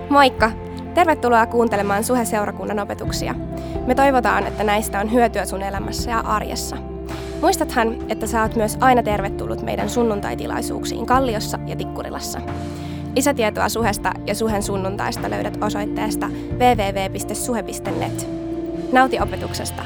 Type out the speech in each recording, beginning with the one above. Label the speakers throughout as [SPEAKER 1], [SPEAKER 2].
[SPEAKER 1] Moikka! Tervetuloa kuuntelemaan Suhe-seurakunnan opetuksia. Me toivotaan, että näistä on hyötyä sun elämässä ja arjessa. Muistathan, että sä oot myös aina tervetullut meidän sunnuntaitilaisuuksiin Kalliossa ja Tikkurilassa. Lisätietoa Suhesta ja Suhen sunnuntaista löydät osoitteesta www.suhe.net. Nauti opetuksesta!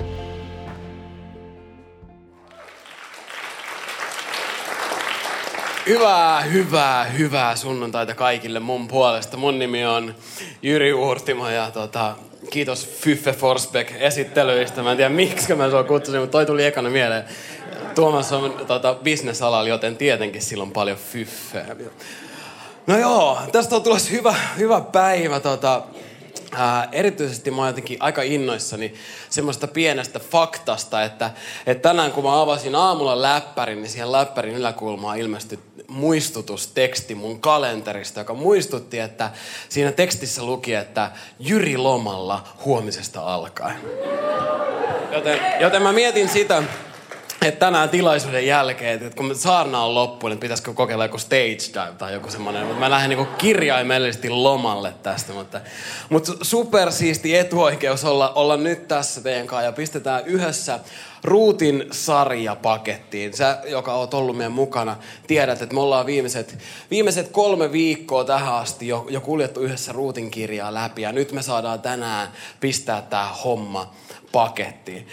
[SPEAKER 2] Hyvää sunnuntaita kaikille mun puolesta. Mun nimi on Jyri Uurtimo ja kiitos Fyffe Forsbeck esittelyistä. Mä en tiedä miksi mä sua kutsusin, mutta toi tuli ekana mieleen. Tuomas on business-alalla, joten tietenkin sillä on paljon fyffeä. No joo, tästä on tulossa hyvä päivä. Erityisesti mä oon jotenkin aika innoissani semmoista pienestä faktasta, että tänään kun mä avasin aamulla läppärin, niin siihen läppärin yläkulmaan ilmestyi muistutusteksti mun kalenterista, joka muistutti, että siinä tekstissä luki, että Jyri lomalla huomisesta alkaen. Joten mä mietin sitä, että tänään tilaisuuden jälkeen, että kun saarna on loppuun, niin pitäisikö kokeilla joku stage dive tai joku semmoinen. Mutta mä lähden niinku kirjaimellisesti lomalle tästä. Mutta supersiisti etuoikeus olla nyt tässä teidän kanssa ja pistetään yhdessä Ruutin sarja pakettiin. Sä, joka oot ollut meidän mukana, tiedät, että me ollaan viimeiset 3 viikkoa tähän asti jo kuljettu yhdessä Ruutin kirjaa läpi. Ja nyt me saadaan tänään pistää tää homma pakettiin.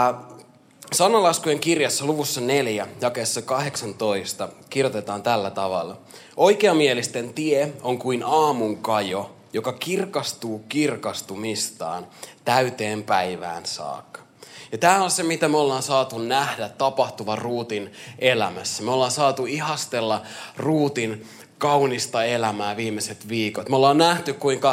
[SPEAKER 2] Sananlaskujen kirjassa luvussa 4, jakeessa 18, kirjoitetaan tällä tavalla. Oikeamielisten tie on kuin aamun kajo, joka kirkastuu kirkastumistaan täyteen päivään saakka. Ja tämä on se, mitä me ollaan saatu nähdä tapahtuvan Ruutin elämässä. Me ollaan saatu ihastella Ruutin kaunista elämää viimeiset viikot. Me ollaan nähty, kuinka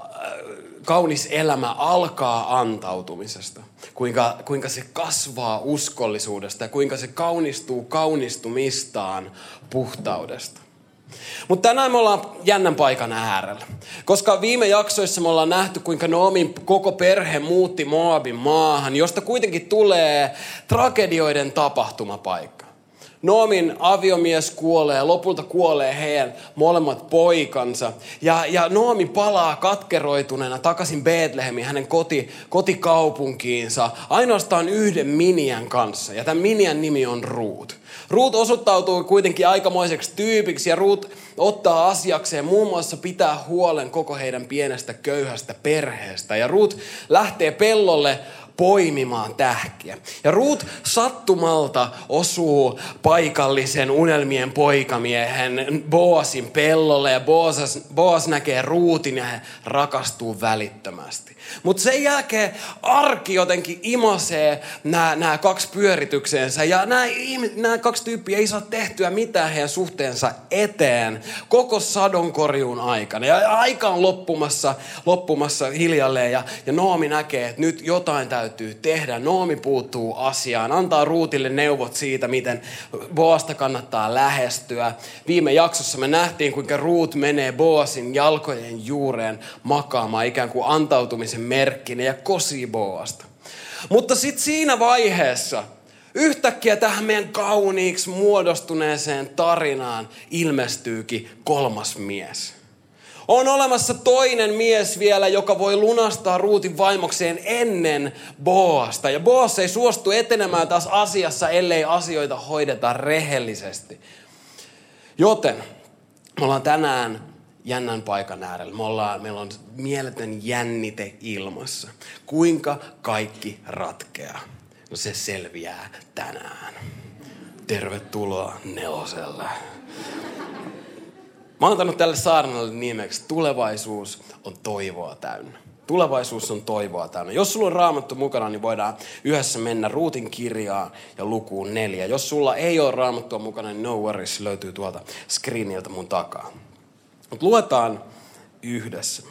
[SPEAKER 2] kaunis elämä alkaa antautumisesta. Kuinka se kasvaa uskollisuudesta ja kuinka se kaunistuu kaunistumistaan puhtaudesta. Mutta tänään me ollaan jännän paikan äärellä. Koska viime jaksoissa me ollaan nähty, kuinka Noomin koko perhe muutti Moabin maahan, josta kuitenkin tulee tragedioiden tapahtumapaikka. Noomin aviomies kuolee ja lopulta kuolee heidän molemmat poikansa. Ja Noomi palaa katkeroituneena takaisin Betlehemiin, hänen kotikaupunkiinsa, ainoastaan yhden miniän kanssa. Ja tämän miniän nimi on Ruut. Ruut osoittautuu kuitenkin aikamoiseksi tyypiksi ja Ruut ottaa asiakseen muun muassa pitää huolen koko heidän pienestä köyhästä perheestä. Ja Ruut lähtee pellolle poimimaan tähkiä. Ja Ruut sattumalta osuu paikallisen unelmien poikamiehen Boosin pellolle ja Boas näkee Ruutin ja he rakastuu välittömästi. Mutta sen jälkeen arki jotenkin imasee nämä 2 pyöritykseensä ja nämä 2 tyyppiä ei saa tehtyä mitään heidän suhteensa eteen koko sadonkorjuun aikana. Ja aika on loppumassa hiljalleen ja Noomi näkee, että nyt jotain täytyy tehdä. Noomi puuttuu asiaan, antaa Ruutille neuvot siitä, miten Boasta kannattaa lähestyä. Viime jaksossa me nähtiin, kuinka Ruut menee Boasin jalkojen juureen makaamaan ikään kuin antautumisen merkkinä ja kosii Boasta. Mutta sitten siinä vaiheessa yhtäkkiä tähän meidän kauniiksi muodostuneeseen tarinaan ilmestyykin 3. mies. On olemassa toinen mies vielä, joka voi lunastaa Ruutin vaimokseen ennen Boasta. Ja Boas ei suostu etenemään taas asiassa, ellei asioita hoideta rehellisesti. Joten me ollaan tänään jännän paikan äärellä. Meillä on mieletön jännite ilmassa. Kuinka kaikki ratkeaa? No se selviää tänään. Tervetuloa 4. Mä oon antanut tälle saarnalle nimeksi tulevaisuus on toivoa täynnä. Tulevaisuus on toivoa täynnä. Jos sulla on Raamattu mukana, niin voidaan yhdessä mennä Ruutin kirjaan ja lukuun 4. Jos sulla ei ole Raamattua mukana, niin no worries, löytyy tuolta screeniltä mun takaa. Mutta luetaan yhdessä.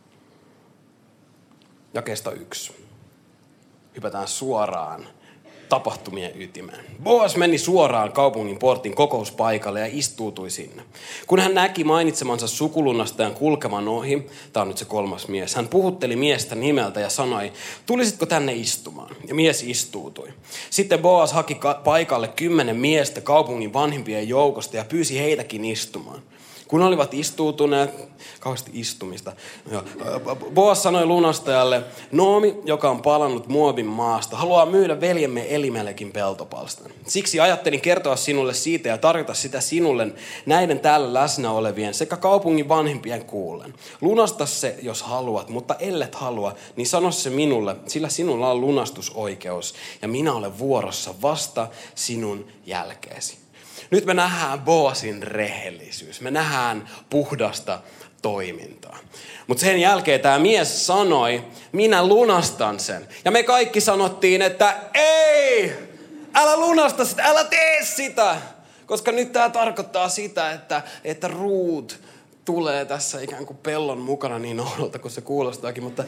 [SPEAKER 2] Jakeesta 1. Hypätään suoraan tapahtumien ytimeen. Boas meni suoraan kaupungin portin kokouspaikalle ja istuutui sinne. Kun hän näki mainitsemansa sukulunnastajan kulkevan ohi, tämä on nyt se 3. mies, hän puhutteli miestä nimeltä ja sanoi, tulisitko tänne istumaan? Ja mies istuutui. Sitten Boas haki paikalle 10 miestä kaupungin vanhimpien joukosta ja pyysi heitäkin istumaan. Kun olivat istuutuneet, kauheasti istumista, Boas sanoi lunastajalle, Noomi, joka on palannut Moabin maasta, haluaa myydä veljemme Elimelekin peltopalstan. Siksi ajattelin kertoa sinulle siitä ja tarjota sitä sinulle näiden täällä läsnä olevien sekä kaupungin vanhimpien kuullen. Lunasta se, jos haluat, mutta ellet halua, niin sano se minulle, sillä sinulla on lunastusoikeus ja minä olen vuorossa vasta sinun jälkeesi. Nyt me nähdään Boasin rehellisyys. Me nähdään puhdasta toimintaa. Mutta sen jälkeen tämä mies sanoi, minä lunastan sen. Ja me kaikki sanottiin, että ei, älä lunasta sitä, älä tee sitä. Koska nyt tämä tarkoittaa sitä, että Ruut tulee tässä ikään kuin pellon mukana niin oudolta kuin se kuulostaakin. Mutta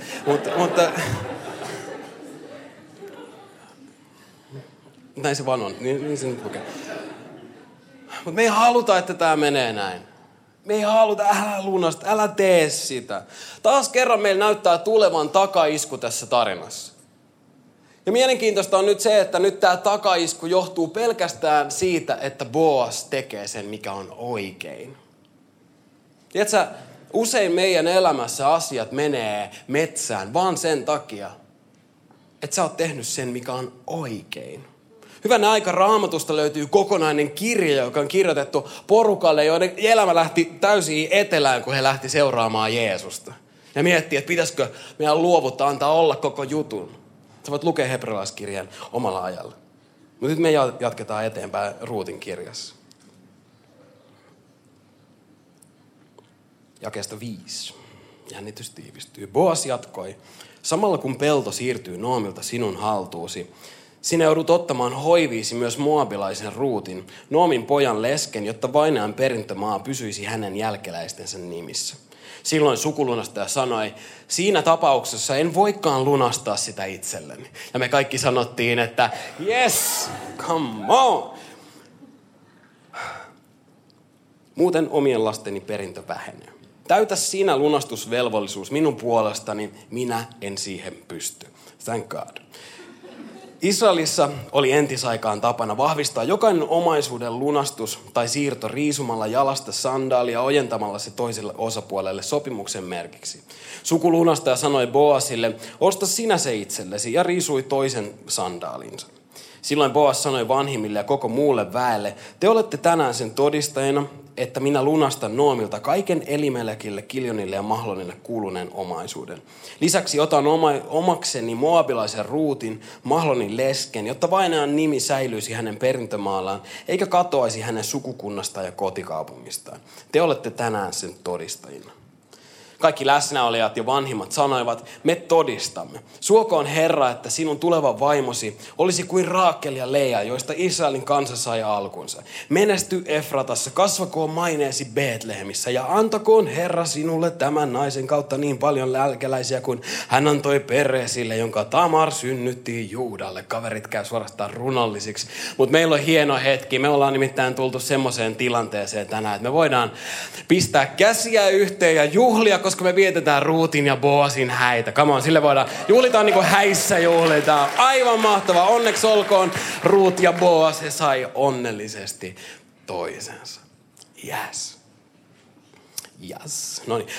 [SPEAKER 2] näin se vaan on. Niin se nyt lukee. Mutta me ei haluta, että tämä menee näin. Me ei haluta, älä lunasta, älä tee sitä. Taas kerran meillä näyttää tulevan takaisku tässä tarinassa. Ja mielenkiintoista on nyt se, että nyt tämä takaisku johtuu pelkästään siitä, että Boas tekee sen, mikä on oikein. Tiedätkö, usein meidän elämässä asiat menee metsään vaan sen takia, että sä oot tehnyt sen, mikä on oikein. Hyvänä aika Raamatusta löytyy kokonainen kirja, joka on kirjoitettu porukalle, joiden elämä lähti täysin etelään, kun he lähti seuraamaan Jeesusta. Ja miettii, että pitäisikö meidän luovuttaa, antaa olla koko jutun. Sä voit lukea hebrealaiskirjan omalla ajalla. Mutta nyt me jatketaan eteenpäin Ruutin kirjassa. Jakeesta 5. Jännitys tiivistyy. Boas jatkoi. Samalla kun pelto siirtyy Noomilta sinun haltuusi, sinä joudut ottamaan hoiviisi myös moabilaisen Ruutin, Noomin pojan lesken, jotta vainajan perintömaa pysyisi hänen jälkeläistensä nimissä. Silloin sukulunastaja sanoi, siinä tapauksessa en voikaan lunastaa sitä itselleni. Ja me kaikki sanottiin, että yes, come on. Muuten omien lasteni perintö vähenee. Täytä sinä lunastusvelvollisuus minun puolestani, minä en siihen pysty. Thank God. Israelissa oli entisaikaan tapana vahvistaa jokainen omaisuuden lunastus tai siirto riisumalla jalasta sandaalia ojentamalla se toiselle osapuolelle sopimuksen merkiksi. Sukulunastaja sanoi Boasille, osta sinä se itsellesi ja riisui toisen sandaalinsa. Silloin Boas sanoi vanhimmille ja koko muulle väelle, te olette tänään sen todistajina, että minä lunastan Noomilta kaiken Elimelekille, Kiljonille ja Mahlonille kuuluneen omaisuuden. Lisäksi otan omakseni moabilaisen Ruutin, Mahlonin lesken, jotta vainajan nimi säilyisi hänen perintömaallaan, eikä katoaisi hänen sukukunnastaan ja kotikaupungistaan. Te olette tänään sen todistajina. Kaikki läsnäolijat ja vanhimmat sanoivat, me todistamme. Suokoon Herra, että sinun tuleva vaimosi olisi kuin Raakel ja Lea, joista Israelin kansa sai alkunsa. Menesty Efratassa, kasvakoon maineesi Betlehemissä ja antakoon Herra sinulle tämän naisen kautta niin paljon lälkeläisiä kuin hän antoi Peresille, jonka Tamar synnytti Juudalle. Kaverit käy suorastaan runollisiksi, mutta meillä on hieno hetki. Me ollaan nimittäin tultu semmoiseen tilanteeseen tänään, että me voidaan pistää käsiä yhteen ja juhlia, koska me vietetään Ruutin ja Boasin häitä. Come on, sille voidaan, juhlitaan niin kuin häissä juhlitaan. Aivan mahtavaa. Onneksi olkoon Ruut ja Boas, he sai onnellisesti toisensa. Yes. Yes. No niin.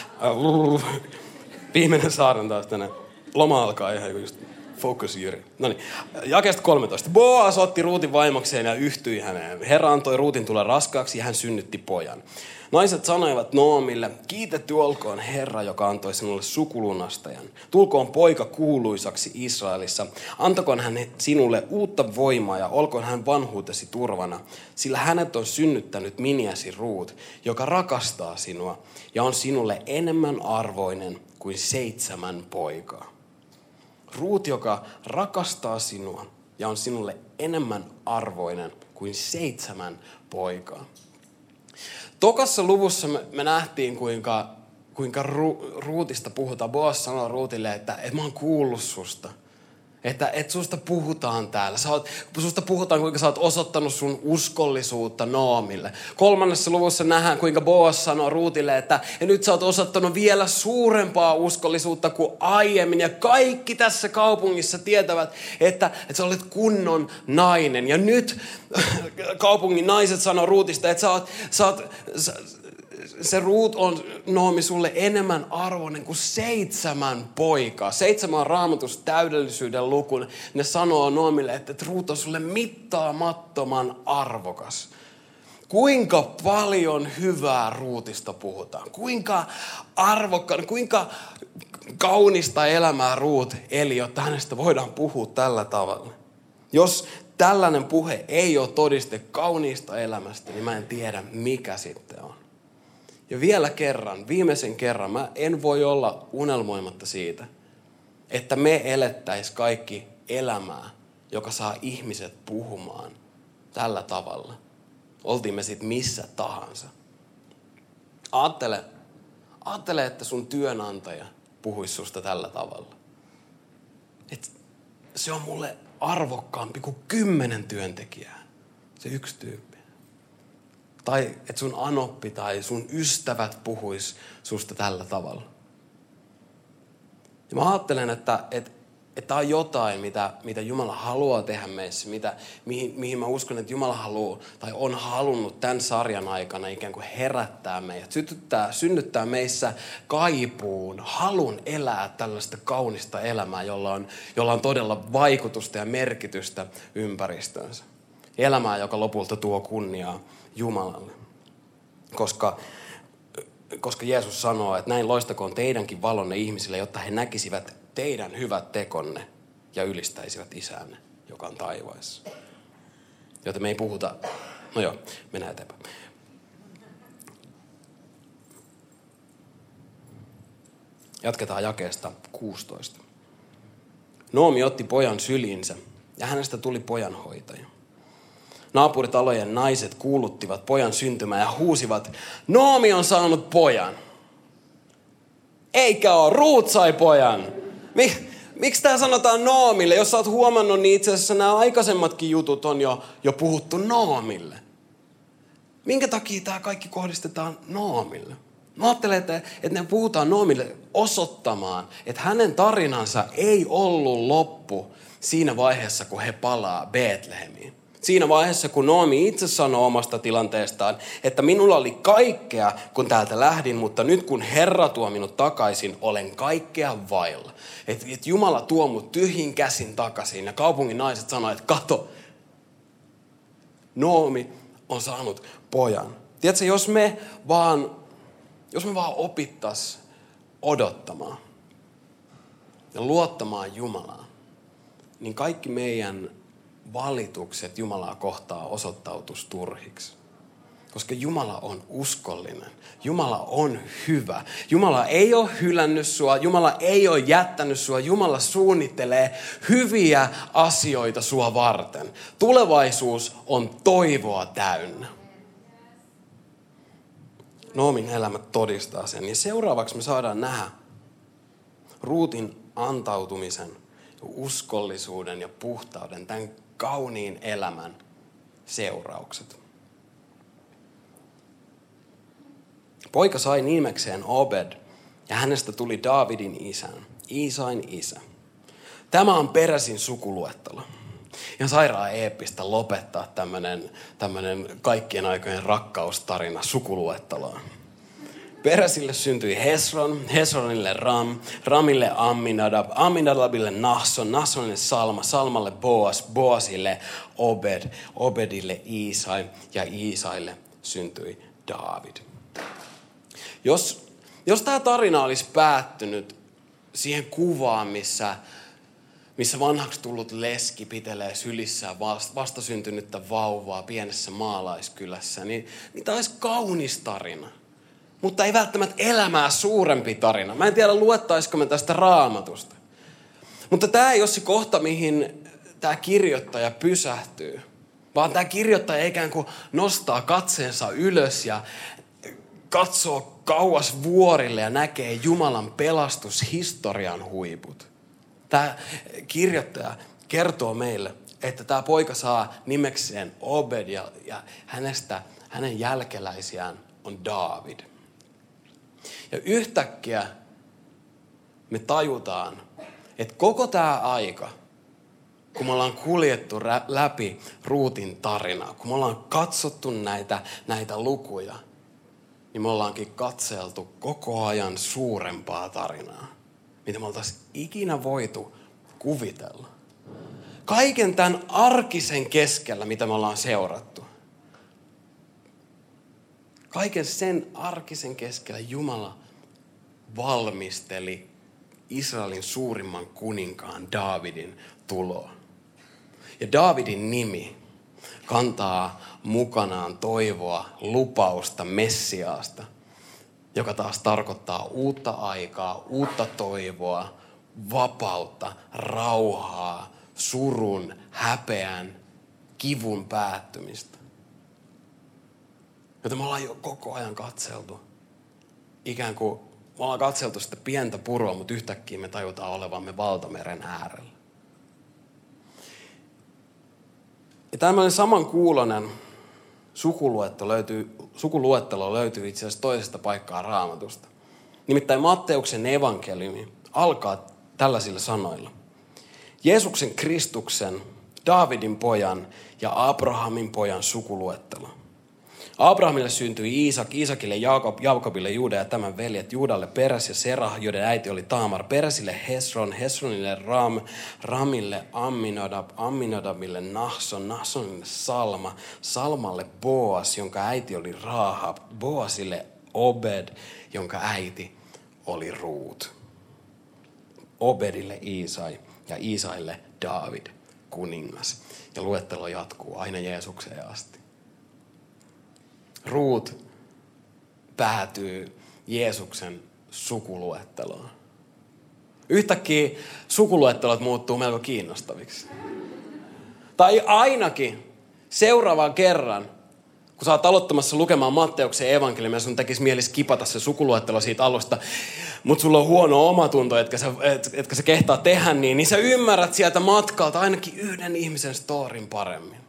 [SPEAKER 2] Viimeinen saarna taas tänään. Loma alkaa ihan just. Focus, Jyri. No niin, jakeesta 13. Boas otti Ruutin vaimokseen ja yhtyi häneen. Herra antoi Ruutin tulla raskaaksi ja hän synnytti pojan. Naiset sanoivat Noomille, kiitetty olkoon Herra, joka antoi sinulle sukulunastajan. Tulkoon poika kuuluisaksi Israelissa. Antakoon hän sinulle uutta voimaa ja olkoon hän vanhuutesi turvana. Sillä hänet on synnyttänyt miniäsi Ruut, joka rakastaa sinua ja on sinulle enemmän arvoinen kuin 7 poikaa. Ruut, joka rakastaa sinua ja on sinulle enemmän arvoinen kuin 7 poikaa. Tokassa luvussa me nähtiin, kuinka Ruutista puhutaan. Boas sanoi Ruutille, että mä oon kuullut susta. Että susta puhutaan täällä. Susta puhutaan, kuinka sä oot osoittanut sun uskollisuutta Noomille. 3. luvussa nähdään, kuinka Boas sanoo Ruutille, että ja nyt sä oot osoittanut vielä suurempaa uskollisuutta kuin aiemmin. Ja kaikki tässä kaupungissa tietävät, että sä olet kunnon nainen. Ja nyt kaupungin naiset sanoo Ruutista, että se Ruut on, Noomi, sulle enemmän arvoinen kuin 7 poikaa. 7 on Raamatussa täydellisyyden luku. Ne sanoo Noomille, että Ruut on sulle mittaamattoman arvokas. Kuinka paljon hyvää Ruutista puhutaan. Kuinka arvokkaan, kuinka kaunista elämää Ruut eli, jotta hänestä voidaan puhua tällä tavalla. Jos tällainen puhe ei ole todiste kauniista elämästä, niin mä en tiedä mikä sitten on. Ja vielä kerran, viimeisen kerran, mä en voi olla unelmoimatta siitä, että me elettäisiin kaikki elämää, joka saa ihmiset puhumaan tällä tavalla. Oltiin me sitten missä tahansa. Ajattele, että sun työnantaja puhuisi susta tällä tavalla. Et se on mulle arvokkaampi kuin 10 työntekijää. Se yksi tyyppi. Tai että sun anoppi tai sun ystävät puhuis susta tällä tavalla. Ja mä ajattelen, että tää on jotain, mitä Jumala haluaa tehdä meissä, mihin mä uskon, että Jumala haluaa tai on halunnut tämän sarjan aikana ikään kuin herättää meidät, synnyttää meissä kaipuun, halun elää tällaista kaunista elämää, jolla on todella vaikutusta ja merkitystä ympäristöönsä. Elämää, joka lopulta tuo kunniaa Jumalalle. Koska Jeesus sanoo, että näin loistakoon teidänkin valonne ihmisille, jotta he näkisivät teidän hyvät tekonne ja ylistäisivät Isänne, joka on taivaissa. Joten me ei puhuta, no joo, mennään eteenpäin. Jatketaan jakeesta 16. Noomi otti pojan syliinsä ja hänestä tuli pojanhoitaja. Naapuritalojen naiset kuuluttivat pojan syntymää ja huusivat, Noomi on saanut pojan. Eikä ole, Ruut sai pojan. Miksi tämä sanotaan Noomille? Jos sä oot huomannut, niin itse asiassa nämä aikaisemmatkin jutut on jo puhuttu Noomille. Minkä takia tämä kaikki kohdistetaan Noomille? Mä ajattelen, että ne puhutaan Noomille osoittamaan, että hänen tarinansa ei ollut loppu siinä vaiheessa, kun he palaa Betlehemiin. Siinä vaiheessa, kun Noomi itse sanoo omasta tilanteestaan, että minulla oli kaikkea, kun täältä lähdin, mutta nyt kun Herra tuo minut takaisin, olen kaikkea vailla. Että Jumala tuo mut tyhjin käsin takaisin. Ja kaupungin naiset sanoo, että kato, Noomi on saanut pojan. Tiedätkö, jos me vaan opittais odottamaan ja luottamaan Jumalaan, niin kaikki meidän valitukset Jumalaa kohtaan osoittautuisi turhiksi. Koska Jumala on uskollinen. Jumala on hyvä. Jumala ei ole hylännyt sua. Jumala ei ole jättänyt sua. Jumala suunnittelee hyviä asioita sua varten. Tulevaisuus on toivoa täynnä. Noomin elämä todistaa sen. Ja seuraavaksi me saadaan nähdä Ruutin antautumisen, uskollisuuden ja puhtauden, tämän kauniin elämän seuraukset. Poika sai nimekseen Obed ja hänestä tuli Daavidin isän, Iisain isä. Tämä on peräisin sukuluettelo. Ja sairaan eeppistä lopettaa tämmönen kaikkien aikojen rakkaustarina sukuluetteloon. Peräsille syntyi Hesron, Hesronille Ram, Ramille Amminadab, Amminadabille Nahson, Nahsonille Salma, Salmalle Boas, Boasille Obed, Obedille Iisai ja Iisaille syntyi Daavid. Jos tämä tarina olisi päättynyt siihen kuvaan, missä vanhaksi tullut leski pitelee sylissään vastasyntynyttä vauvaa pienessä maalaiskylässä, niin tämä olisi kaunis tarina. Mutta ei välttämättä elämää suurempi tarina. Mä en tiedä, luettaisiko me tästä Raamatusta. Mutta tämä ei ole se kohta, mihin tämä kirjoittaja pysähtyy. Vaan tämä kirjoittaja ikään kuin nostaa katseensa ylös ja katsoo kauas vuorille ja näkee Jumalan pelastushistorian huiput. Tämä kirjoittaja kertoo meille, että tämä poika saa nimekseen Obed ja hänen jälkeläisiään on Daavid. Ja yhtäkkiä me tajutaan, että koko tämä aika, kun me ollaan kuljettu läpi Ruutin tarinaa, kun me ollaan katsottu näitä lukuja, niin me ollaankin katseltu koko ajan suurempaa tarinaa, mitä me oltaisiin ikinä voitu kuvitella. Kaiken tämän arkisen keskellä, mitä me ollaan seurattu. Kaiken sen arkisen keskellä Jumala valmisteli Israelin suurimman kuninkaan Daavidin tuloa. Ja Daavidin nimi kantaa mukanaan toivoa, lupausta Messiaasta, joka taas tarkoittaa uutta aikaa, uutta toivoa, vapautta, rauhaa, surun, häpeän, kivun päättymistä. Joten me ollaan jo koko ajan katseltu. Ikään kuin me ollaan katseltu sitä pientä puroa, mutta yhtäkkiä me tajutaan olevamme valtameren äärellä. Ja tämmöinen samankuuloinen sukuluettelo löytyy itse asiassa toisesta paikkaa Raamatusta. Nimittäin Matteuksen evankeliumi alkaa tällaisilla sanoilla. Jeesuksen Kristuksen, Daavidin pojan ja Abrahamin pojan sukuluettelo. Abrahamille syntyi Iisak, Iisakille Jaakobille Juuda ja tämän veljet, Juudalle Peres ja Serah, joiden äiti oli Taamar, Peresille Hesron, Hesronille Ram, Ramille Amminadab, Amminadabille Nahson, Nahsonille Salma, Salmalle Boas, jonka äiti oli Rahab, Boasille Obed, jonka äiti oli Ruut. Obedille Iisai ja Iisaille Daavid, kuningas. Ja luettelo jatkuu aina Jeesukseen asti. Ruut päätyy Jeesuksen sukuluetteloon. Yhtäkkiä sukuluettelot muuttuu melko kiinnostaviksi. Tai ainakin seuraavan kerran, kun sä oot aloittamassa lukemaan Matteuksen evankeliumia, sun tekisi mieli skipata se sukuluettelo siitä alusta, mutta sulla on huono omatunto, etkä sä kehtaa tehdä niin sä ymmärrät sieltä matkalta ainakin yhden ihmisen storin paremmin.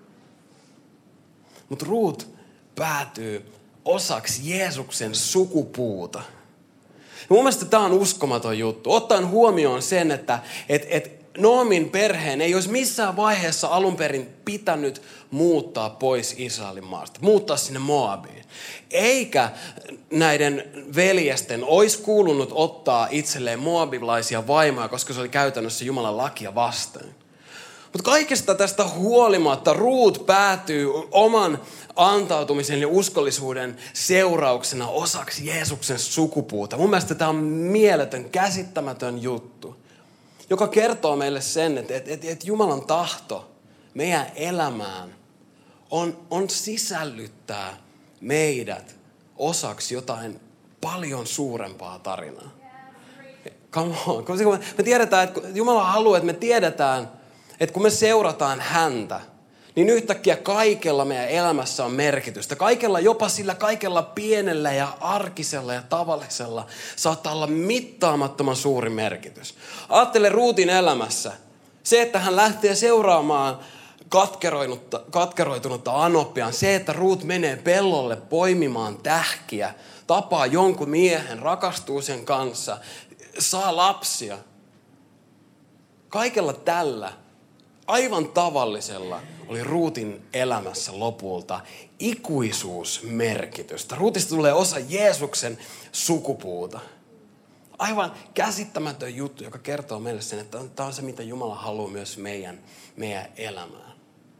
[SPEAKER 2] Mutta Ruut päätyy osaksi Jeesuksen sukupuuta. Ja mun mielestä tämä on uskomaton juttu. Ottaen huomioon sen, että Noomin perheen ei olisi missään vaiheessa alun perin pitänyt muuttaa pois Israelin maasta. Muuttaa sinne Moabiin. Eikä näiden veljesten olisi kuulunut ottaa itselleen moabilaisia vaimoja, koska se oli käytännössä Jumalan lakia vastaan. Mutta kaikesta tästä huolimatta Ruut päätyy oman antautumisen ja uskollisuuden seurauksena osaksi Jeesuksen sukupuuta. Mun mielestä tämä on mieletön, käsittämätön juttu, joka kertoo meille sen, että Jumalan tahto meidän elämään on sisällyttää meidät osaksi jotain paljon suurempaa tarinaa. Come on. Me tiedetään, että Jumala haluaa, että me tiedetään, että kun me seurataan häntä, niin yhtäkkiä kaikella meidän elämässä on merkitystä. Kaikella, jopa sillä kaikella pienellä ja arkisella ja tavallisella saattaa olla mittaamattoman suuri merkitys. Ajattele Ruutin elämässä. Se, että hän lähtee seuraamaan katkeroitunutta Anopiaan. Se, että Ruut menee pellolle poimimaan tähkiä, tapaa jonkun miehen, rakastuu sen kanssa, saa lapsia. Kaikella tällä, aivan tavallisella, oli Ruutin elämässä lopulta ikuisuusmerkitystä. Ruutista tulee osa Jeesuksen sukupuuta. Aivan käsittämätön juttu, joka kertoo meille sen, että tämä on se, mitä Jumala haluaa myös meidän elämään.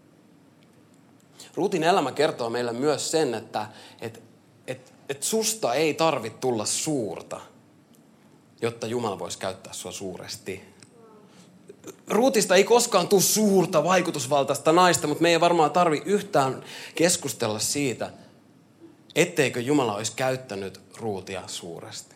[SPEAKER 2] Ruutin elämä kertoo meille myös sen, että susta ei tarvitse tulla suurta, jotta Jumala voisi käyttää sua suuresti. Ruutista ei koskaan tule suurta vaikutusvaltaista naista, mutta me ei varmaan tarvitse yhtään keskustella siitä, etteikö Jumala olisi käyttänyt Ruutia suuresti.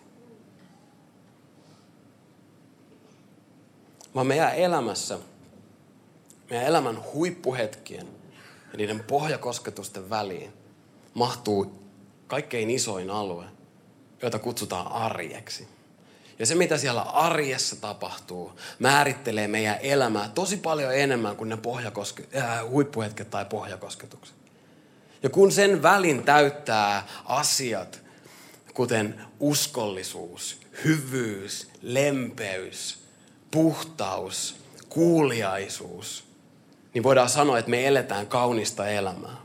[SPEAKER 2] Vaan meidän elämässä, meidän elämän huippuhetkien ja niiden pohjakosketusten väliin mahtuu kaikkein isoin alue, jota kutsutaan arjeksi. Ja se, mitä siellä arjessa tapahtuu, määrittelee meidän elämää tosi paljon enemmän kuin ne huippuhetket tai pohjakosketukset. Ja kun sen välin täyttää asiat, kuten uskollisuus, hyvyys, lempeys, puhtaus, kuuliaisuus, niin voidaan sanoa, että me eletään kaunista elämää.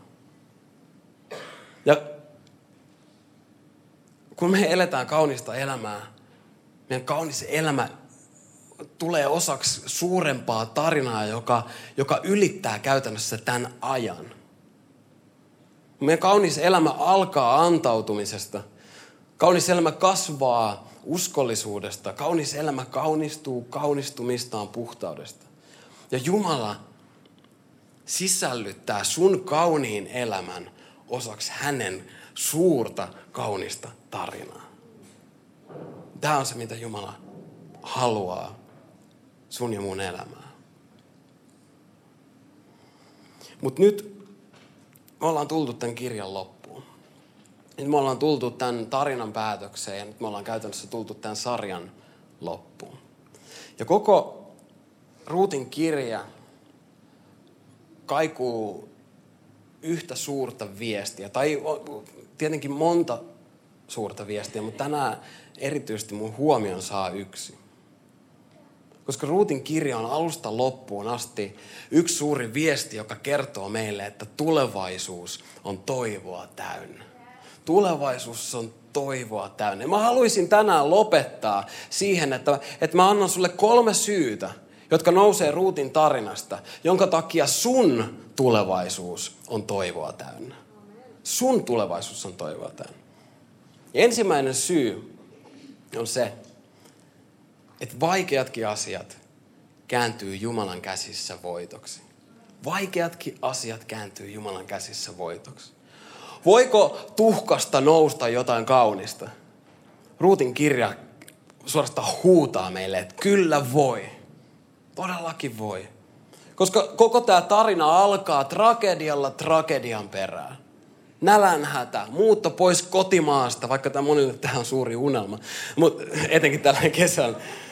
[SPEAKER 2] Ja kun me eletään kaunista elämää, meidän kaunis elämä tulee osaksi suurempaa tarinaa, joka ylittää käytännössä tämän ajan. Meidän kaunis elämä alkaa antautumisesta. Kaunis elämä kasvaa uskollisuudesta. Kaunis elämä kaunistuu kaunistumistaan puhtaudesta. Ja Jumala sisällyttää sun kauniin elämän osaksi hänen suurta kaunista tarinaa. Tämä on se, mitä Jumala haluaa sun ja mun elämään. Mutta nyt me ollaan tultu tämän kirjan loppuun. Nyt me ollaan tultu tämän tarinan päätökseen ja nyt me ollaan käytännössä tultu tämän sarjan loppuun. Ja koko Ruutin kirja kaikuu yhtä suurta viestiä, tai tietenkin monta suurta viestiä, mutta tänään erityisesti mun huomion saa yksi. Koska Ruutin kirja on alusta loppuun asti yksi suuri viesti, joka kertoo meille, että tulevaisuus on toivoa täynnä. Tulevaisuus on toivoa täynnä. Ja mä haluaisin tänään lopettaa siihen, että mä annan sulle 3 syytä, jotka nousee Ruutin tarinasta, jonka takia sun tulevaisuus on toivoa täynnä. Sun tulevaisuus on toivoa täynnä. Ja ensimmäinen syy on se, että vaikeatkin asiat kääntyy Jumalan käsissä voitoksi. Vaikeatkin asiat kääntyy Jumalan käsissä voitoksi. Voiko tuhkasta nousta jotain kaunista? Ruutin kirja suorastaan huutaa meille, että kyllä voi. Todellakin voi. Koska koko tämä tarina alkaa tragedialla tragedian perään. Nälänhätä, muutto pois kotimaasta, vaikka tämä monille tähän on suuri unelma, mutta etenkin tällä kesän.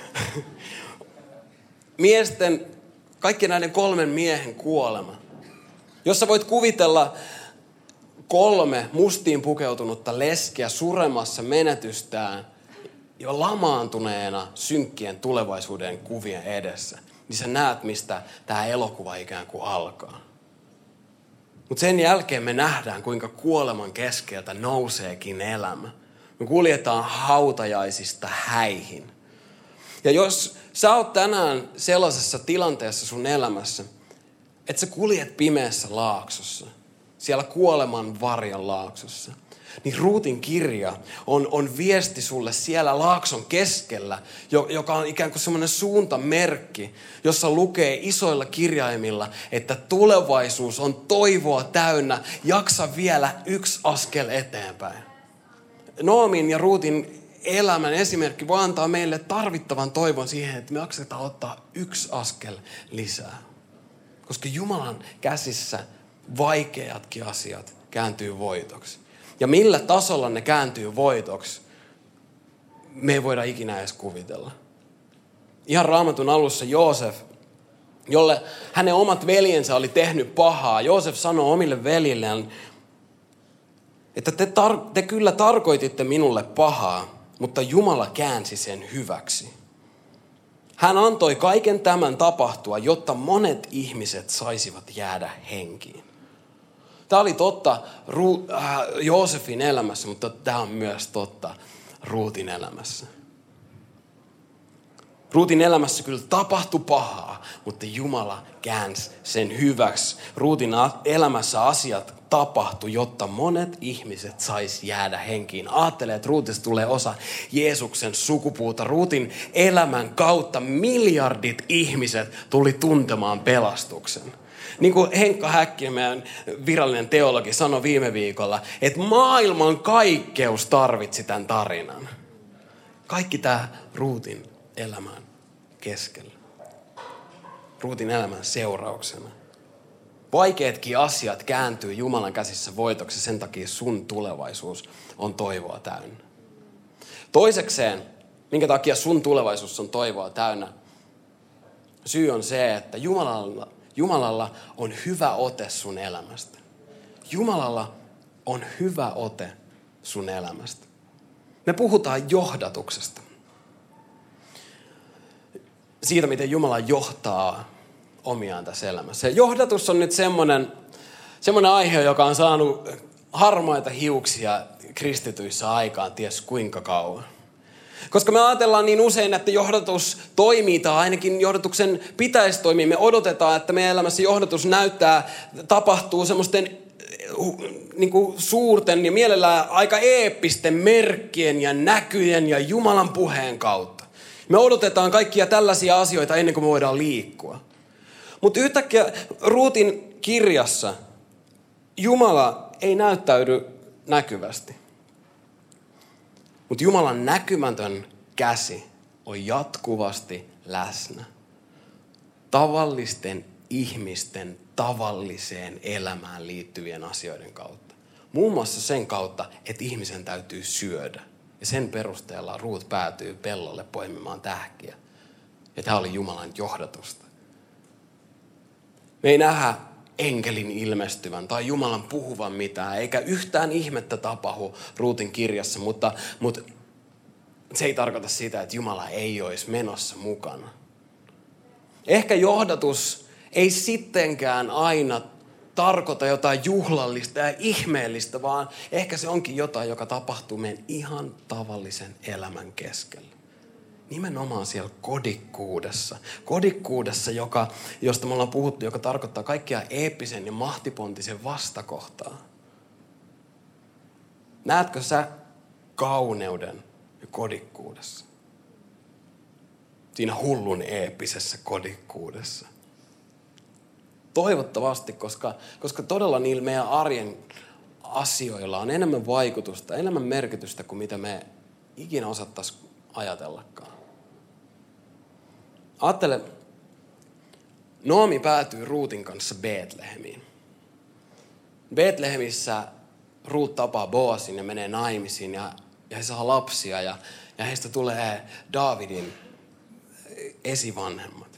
[SPEAKER 2] Kaikki näiden 3 miehen kuolema. Jos sä voit kuvitella 3 mustiin pukeutunutta leskeä suremassa menetystään jo lamaantuneena synkkien tulevaisuuden kuvien edessä, niin sä näet, mistä tämä elokuva ikään kuin alkaa. Mutta sen jälkeen me nähdään, kuinka kuoleman keskeltä nouseekin elämä. Me kuljetaan hautajaisista häihin. Ja jos sä oot tänään sellaisessa tilanteessa sun elämässä, että sä kuljet pimeässä laaksossa, siellä kuoleman varjon laaksossa, niin Ruutin kirja on viesti sulle siellä laakson keskellä, joka on ikään kuin semmoinen suuntamerkki, jossa lukee isoilla kirjaimilla, että tulevaisuus on toivoa täynnä, jaksa vielä 1 askel eteenpäin. Noomin ja Ruutin elämän esimerkki voi antaa meille tarvittavan toivon siihen, että me jaksetaan ottaa 1 askel lisää. Koska Jumalan käsissä vaikeatkin asiat kääntyy voitoksi. Ja millä tasolla ne kääntyy voitoksi, me ei voida ikinä edes kuvitella. Ihan Raamatun alussa Joosef, jolle hänen omat veljensä oli tehnyt pahaa. Joosef sanoi omille veljilleen, että te kyllä tarkoititte minulle pahaa, mutta Jumala käänsi sen hyväksi. Hän antoi kaiken tämän tapahtua, jotta monet ihmiset saisivat jäädä henkiin. Tämä oli totta Joosefin elämässä, mutta tämä on myös totta Ruutin elämässä. Ruutin elämässä kyllä tapahtui pahaa, mutta Jumala käänsi sen hyväksi. Ruutin elämässä asiat tapahtui, jotta monet ihmiset sais jäädä henkiin. Ajattele, että Ruutista tulee osa Jeesuksen sukupuuta. Ruutin elämän kautta miljardit ihmiset tuli tuntemaan pelastuksen. Niin kuin Henkka Häkkinen, meidän virallinen teologi, sanoi viime viikolla, että maailman kaikkeus tarvitsi tämän tarinan. Kaikki tämä Ruutin elämän keskellä. Ruutin elämän seurauksena. Vaikeatkin asiat kääntyy Jumalan käsissä voitoksi, sen takia sun tulevaisuus on toivoa täynnä. Toisekseen, Minkä takia sun tulevaisuus on toivoa täynnä? Syy on se, että Jumalalla on hyvä ote sun elämästä. Jumalalla on hyvä ote sun elämästä. Me puhutaan johdatuksesta. Siitä, miten Jumala johtaa omiaan tässä elämässä. Ja johdatus on nyt semmoinen aihe, joka on saanut harmaita hiuksia kristityissä aikaan ties kuinka kauan. Koska me ajatellaan niin usein, että johdatus toimii, tai ainakin johdatuksen pitäisi toimia. Me odotetaan, että meidän elämässä johdatus tapahtuu semmoisten niin kuin suurten ja mielellään aika eeppisten merkkien ja näkyjen ja Jumalan puheen kautta. Me odotetaan kaikkia tällaisia asioita ennen kuin me voidaan liikkua. Mutta yhtäkkiä Ruutin kirjassa Jumala ei näyttäydy näkyvästi. Mutta Jumalan näkymätön käsi on jatkuvasti läsnä. Tavallisten ihmisten tavalliseen elämään liittyvien asioiden kautta. Muun muassa sen kautta, että ihmisen täytyy syödä. Ja sen perusteella Ruut päätyy pellolle poimimaan tähkiä. Ja tämä oli Jumalan johdatusta. Me ei nähdä enkelin ilmestyvän tai Jumalan puhuvan mitään, eikä yhtään ihmettä tapahdu Ruutin kirjassa, mutta se ei tarkoita sitä, että Jumala ei olisi menossa mukana. Ehkä johdatus ei sittenkään aina tarkoita jotain juhlallista ja ihmeellistä, vaan ehkä se onkin jotain, joka tapahtuu meidän ihan tavallisen elämän keskellä. Nimenomaan siellä kodikkuudessa. Kodikkuudessa, josta me ollaan puhuttu, joka tarkoittaa kaikkia eeppisen ja mahtipontisen vastakohtaa. Näetkö sä kauneuden ja kodikkuudessa? Siinä hullun eeppisessä kodikkuudessa. Toivottavasti, koska todella niillä meidän arjen asioilla on enemmän vaikutusta, enemmän merkitystä kuin mitä me ikinä osattaisiin ajatellakaan. Ajattele, Noomi päätyy Ruutin kanssa Betlehemiin. Betlehemissä Ruut tapaa Boasin ja menee naimisiin ja he saa lapsia ja heistä tulee Daavidin esivanhemmat.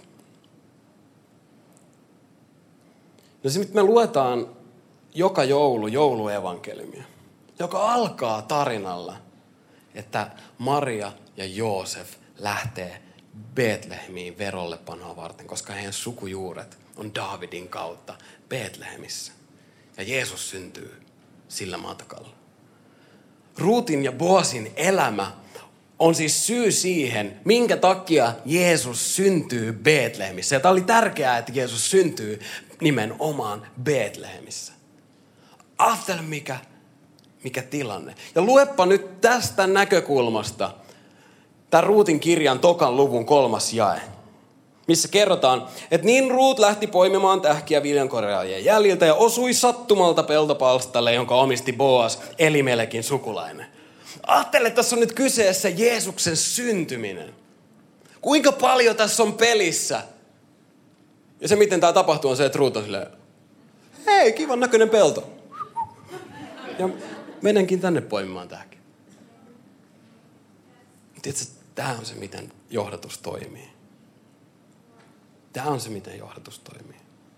[SPEAKER 2] No sitten me luetaan joka joulu jouluevankeliumia, joka alkaa tarinalla, että Maria ja Joosef lähtee Betlehemiin verollepanoa varten, koska heidän sukujuuret on Daavidin kautta Betlehemissä. Ja Jeesus syntyy sillä matkalla. Ruutin ja Boasin elämä on siis syy siihen, minkä takia Jeesus syntyy Betlehemissä. Ja tämä oli tärkeää, että Jeesus syntyy nimenomaan Betlehemissä. Ajattele mikä tilanne. Ja luepa nyt tästä näkökulmasta tämän Ruutin kirjan 2. luvun 3. jae, missä kerrotaan, että niin Ruut lähti poimimaan tähkiä viljankorjaajien jäljiltä ja osui sattumalta peltopalstalle, jonka omisti Boas, Elimelekin sukulainen. Ajattele, tässä on nyt kyseessä Jeesuksen syntyminen. Kuinka paljon tässä on pelissä? Ja se, miten tämä tapahtuu, on se, että Ruut on silleen, hei, kivan näköinen pelto. Ja menenkin tänne poimimaan tähkiä. Tiedätkö, tämä on se, miten johdatus toimii. Tämä on se, miten johdatus toimii.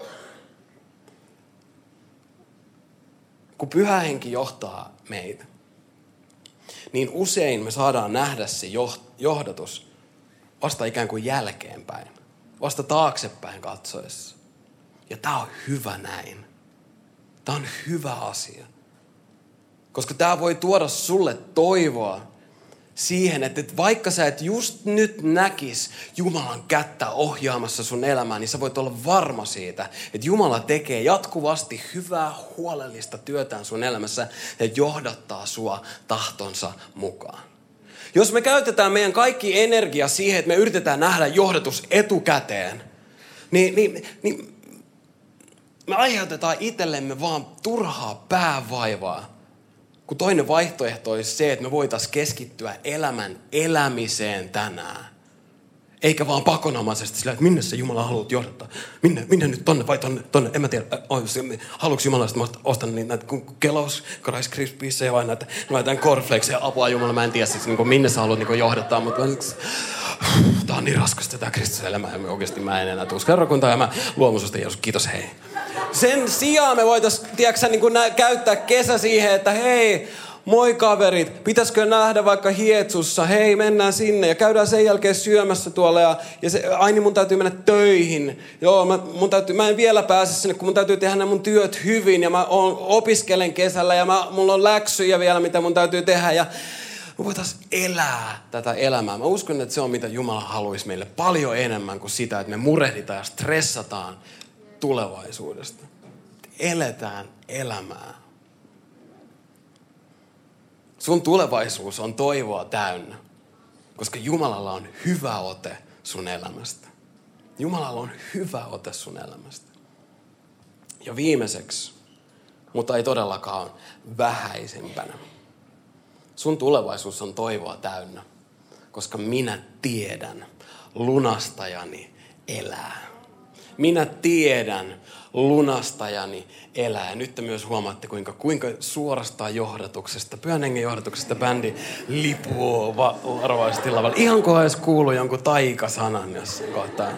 [SPEAKER 2] Kun Pyhä Henki johtaa meitä, niin usein me saadaan nähdä se johdatus vasta ikään kuin jälkeenpäin. Vasta taaksepäin katsoessa. Ja tämä on hyvä näin. Tämä on hyvä asia. Koska tämä voi tuoda sulle toivoa siihen, että vaikka sä et just nyt näkis Jumalan kättä ohjaamassa sun elämää, niin sä voit olla varma siitä, että Jumala tekee jatkuvasti hyvää, huolellista työtään sun elämässä ja johdattaa sua tahtonsa mukaan. Jos me käytetään meidän kaikki energia siihen, että me yritetään nähdä johdatus etukäteen, niin me aiheutetaan itsellemme vaan turhaa päävaivaa. Kun toinen vaihtoehto olisi se, että me voitaisiin keskittyä elämän elämiseen tänään. Eikä vaan pakonomaisesti sillä, että minne se Jumala haluat johdattaa. Minne nyt tonne vai tonne. En mä tiedä, haluatko Jumala, että mä ostan näitä Kellogg's Rice Krispiesejä vai näitä cornflakesia. Apua Jumala, mä en tiedä siis, minne sä haluat johdattaa. Mutta tää on niin raskasta tää Kristuksen elämä. Oikeasti mä en enää tuu seurakuntaan ja mä luomun susta Jeesus. Kiitos, hei. Sen sijaan me voitais, tiedätkö, käyttää kesä siihen, että hei, moi kaverit, pitäisikö nähdä vaikka Hietsussa, hei mennään sinne ja käydään sen jälkeen syömässä tuolla ja niin mun täytyy mennä töihin. Joo, mä en vielä pääse sinne, kun mun täytyy tehdä nämä mun työt hyvin ja mä opiskelen kesällä ja mulla on läksyjä vielä, mitä mun täytyy tehdä ja me voitaisiin elää tätä elämää. Mä uskon, että se on mitä Jumala haluaisi meille paljon enemmän kuin sitä, että me murehditaan ja stressataan tulevaisuudesta. Eletään elämää. Sun tulevaisuus on toivoa täynnä, koska Jumalalla on hyvä ote sun elämästä. Jumalalla on hyvä ote sun elämästä. Ja viimeiseksi, mutta ei todellakaan vähäisempänä. Sun tulevaisuus on toivoa täynnä, koska minä tiedän, lunastajani elää. Minä tiedän, lunastajani elää. Ja nyt te myös huomaatte, kuinka suorastaan johdatuksesta, Pyhän Hengen johdatuksesta bändi lipuu varovaisesti lavalla. Ihan kun edes kuuluu jonkun taikasanan jossain kohtaa.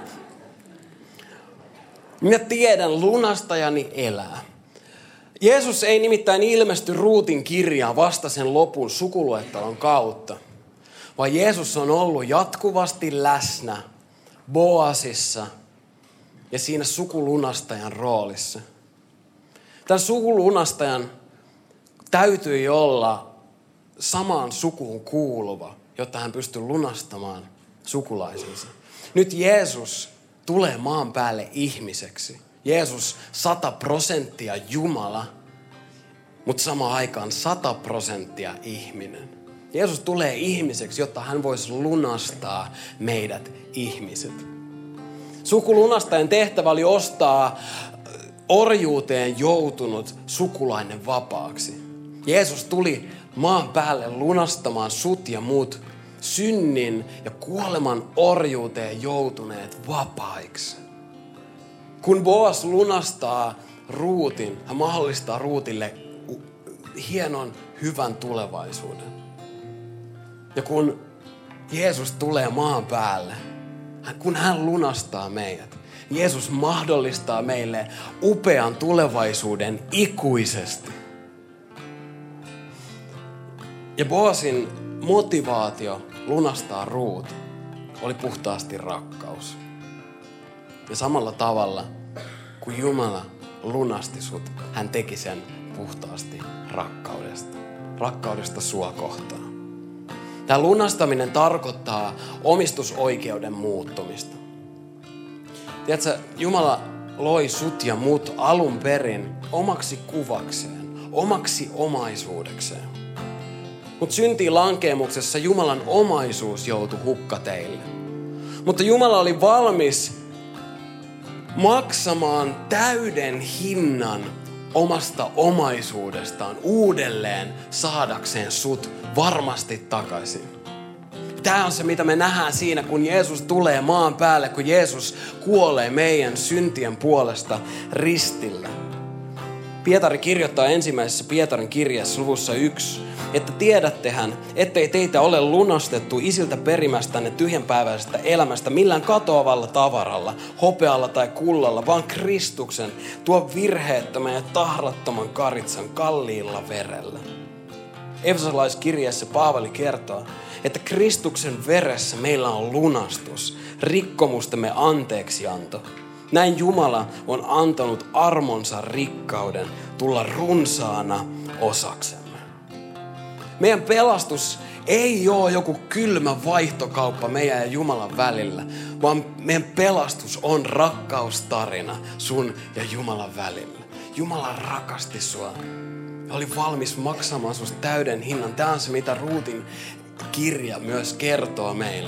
[SPEAKER 2] Minä tiedän, lunastajani elää. Jeesus ei nimittäin ilmesty Ruutin kirjaan vasta sen lopun sukuluettelon kautta, vaan Jeesus on ollut jatkuvasti läsnä Boasissa ja siinä sukulunastajan roolissa. Tämän sukulunastajan täytyi olla samaan sukuun kuuluva, jotta hän pystyy lunastamaan sukulaisensa. Nyt Jeesus tulee maan päälle ihmiseksi. Jeesus 100% Jumala, mutta samaan aikaan 100% ihminen. Jeesus tulee ihmiseksi, jotta hän voisi lunastaa meidät ihmiset. Sukulunastajan tehtävä oli ostaa orjuuteen joutunut sukulainen vapaaksi. Jeesus tuli maan päälle lunastamaan sut ja mut synnin ja kuoleman orjuuteen joutuneet vapaiksi. Kun Boas lunastaa Ruutin, hän mahdollistaa Ruutille hienon, hyvän tulevaisuuden. Ja kun Jeesus tulee maan päälle, kun hän lunastaa meidät, Jeesus mahdollistaa meille upean tulevaisuuden ikuisesti. Ja Boasin motivaatio lunastaa Ruut oli puhtaasti rakkaus. Ja samalla tavalla, kun Jumala lunasti sut, hän teki sen puhtaasti rakkaudesta. Rakkaudesta sua kohtaan. Tämä lunastaminen tarkoittaa omistusoikeuden muuttumista. Tiedätkö, Jumala loi sut ja mut alun perin omaksi kuvakseen, omaksi omaisuudekseen. Mutta syntiin lankeemuksessa Jumalan omaisuus joutui hukkateille. Mutta Jumala oli valmis maksamaan täyden hinnan omasta omaisuudestaan uudelleen saadakseen sut varmasti takaisin. Tämä on se, mitä me nähdään siinä, kun Jeesus tulee maan päälle, kun Jeesus kuolee meidän syntien puolesta ristillä. Pietari kirjoittaa ensimmäisessä Pietarin kirjassa luvussa 1, että tiedättehän, ettei teitä ole lunastettu isiltä perimästänne tyhjänpäiväisestä elämästä millään katoavalla tavaralla, hopealla tai kullalla, vaan Kristuksen, tuon virheettömän ja tahrattoman karitsan kalliilla verellä. Efesolaiskirjeessä Paavali kertoo, että Kristuksen veressä meillä on lunastus, rikkomustemme anteeksianto. Näin Jumala on antanut armonsa rikkauden tulla runsaana osaksemme. Meidän pelastus ei ole joku kylmä vaihtokauppa meidän ja Jumalan välillä, vaan meidän pelastus on rakkaustarina sun ja Jumalan välillä. Jumala rakasti sua ja oli valmis maksamaan susta täyden hinnan. Tämä on se, mitä Ruutin kirja myös kertoo meille.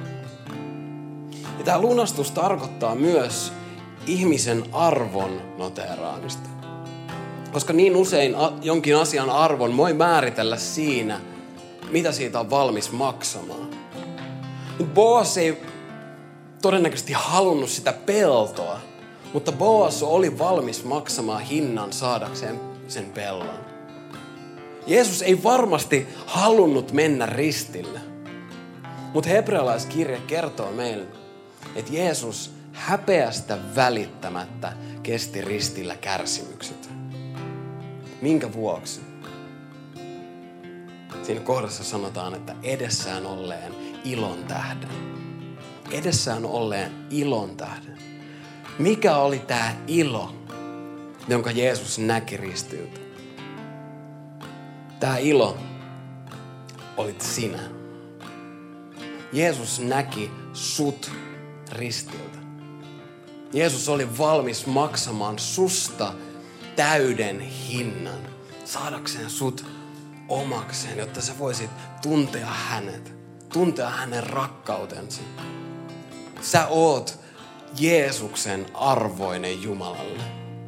[SPEAKER 2] Ja tämä lunastus tarkoittaa myös ihmisen arvon noteeraamista. Koska niin usein jonkin asian arvon voi määritellä siinä, mitä siitä on valmis maksamaan. Nyt Boas ei todennäköisesti halunnut sitä peltoa, mutta Boas oli valmis maksamaan hinnan saadakseen sen pellon. Jeesus ei varmasti halunnut mennä ristille, mutta hebrealaiskirja kertoo meille, että Jeesus häpeästä välittämättä kesti ristillä kärsimykset. Minkä vuoksi? Siinä kohdassa sanotaan, että edessään olleen ilon tähden. Edessään olleen ilon tähden. Mikä oli tämä ilo, jonka Jeesus näki ristiltä? Tämä ilo olit sinä. Jeesus näki sut ristiltä. Jeesus oli valmis maksamaan susta täyden hinnan, saadakseen sut omakseen, jotta sä voisit tuntea hänet, tuntea hänen rakkautensa. Sä oot Jeesuksen arvoinen Jumalalle.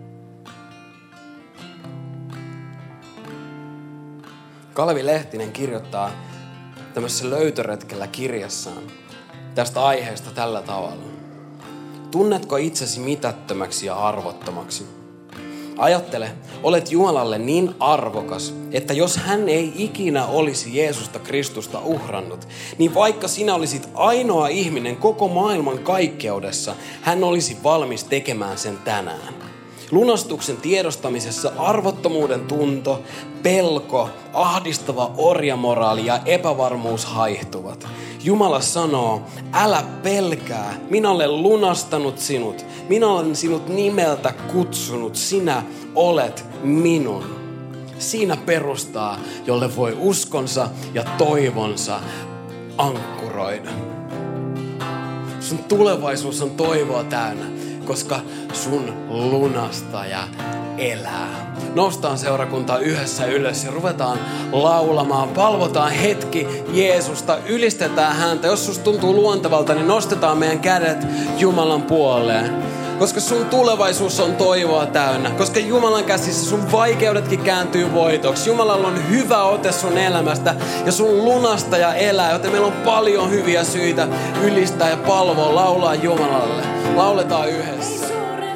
[SPEAKER 2] Kalevi Lehtinen kirjoittaa tämmöisessä löytöretkellä kirjassaan tästä aiheesta tällä tavalla. Tunnetko itsesi mitättömäksi ja arvottomaksi? Ajattele, olet Jumalalle niin arvokas, että jos hän ei ikinä olisi Jeesusta Kristusta uhrannut, niin vaikka sinä olisit ainoa ihminen koko maailman kaikkeudessa, hän olisi valmis tekemään sen tänään. Lunastuksen tiedostamisessa arvottomuuden tunto, pelko, ahdistava orjamoraali ja epävarmuus haihtuvat. Jumala sanoo, älä pelkää, minä olen lunastanut sinut, minä olen sinut nimeltä kutsunut, sinä olet minun. Siinä perustaa, jolle voi uskonsa ja toivonsa ankkuroida. Sun tulevaisuus on toivoa täynnä, koska sun lunastaja elää. Noustaan seurakuntaa yhdessä ylös ja ruvetaan laulamaan. Palvotaan hetki Jeesusta, ylistetään häntä. Jos susta tuntuu luontevalta, niin nostetaan meidän kädet Jumalan puoleen. Koska sun tulevaisuus on toivoa täynnä. Koska Jumalan käsissä sun vaikeudetkin kääntyy voitoksi. Jumalalla on hyvä ote sun elämästä ja sun lunastaja elää. Joten meillä on paljon hyviä syitä ylistää ja palvoa, laulaa Jumalalle. Lauletaan yhdessä.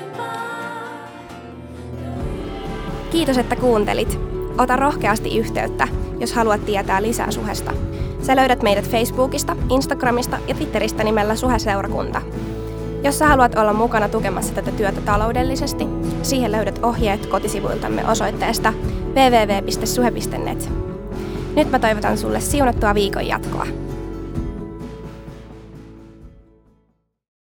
[SPEAKER 1] Kiitos, että kuuntelit. Ota rohkeasti yhteyttä, jos haluat tietää lisää Suhesta. Sä löydät meidät Facebookista, Instagramista ja Twitteristä nimellä Suhe-seurakunta. Jos sä haluat olla mukana tukemassa tätä työtä taloudellisesti, siihen löydät ohjeet kotisivuiltamme osoitteesta www.suhe.net. Nyt mä toivotan sulle siunattua viikon jatkoa.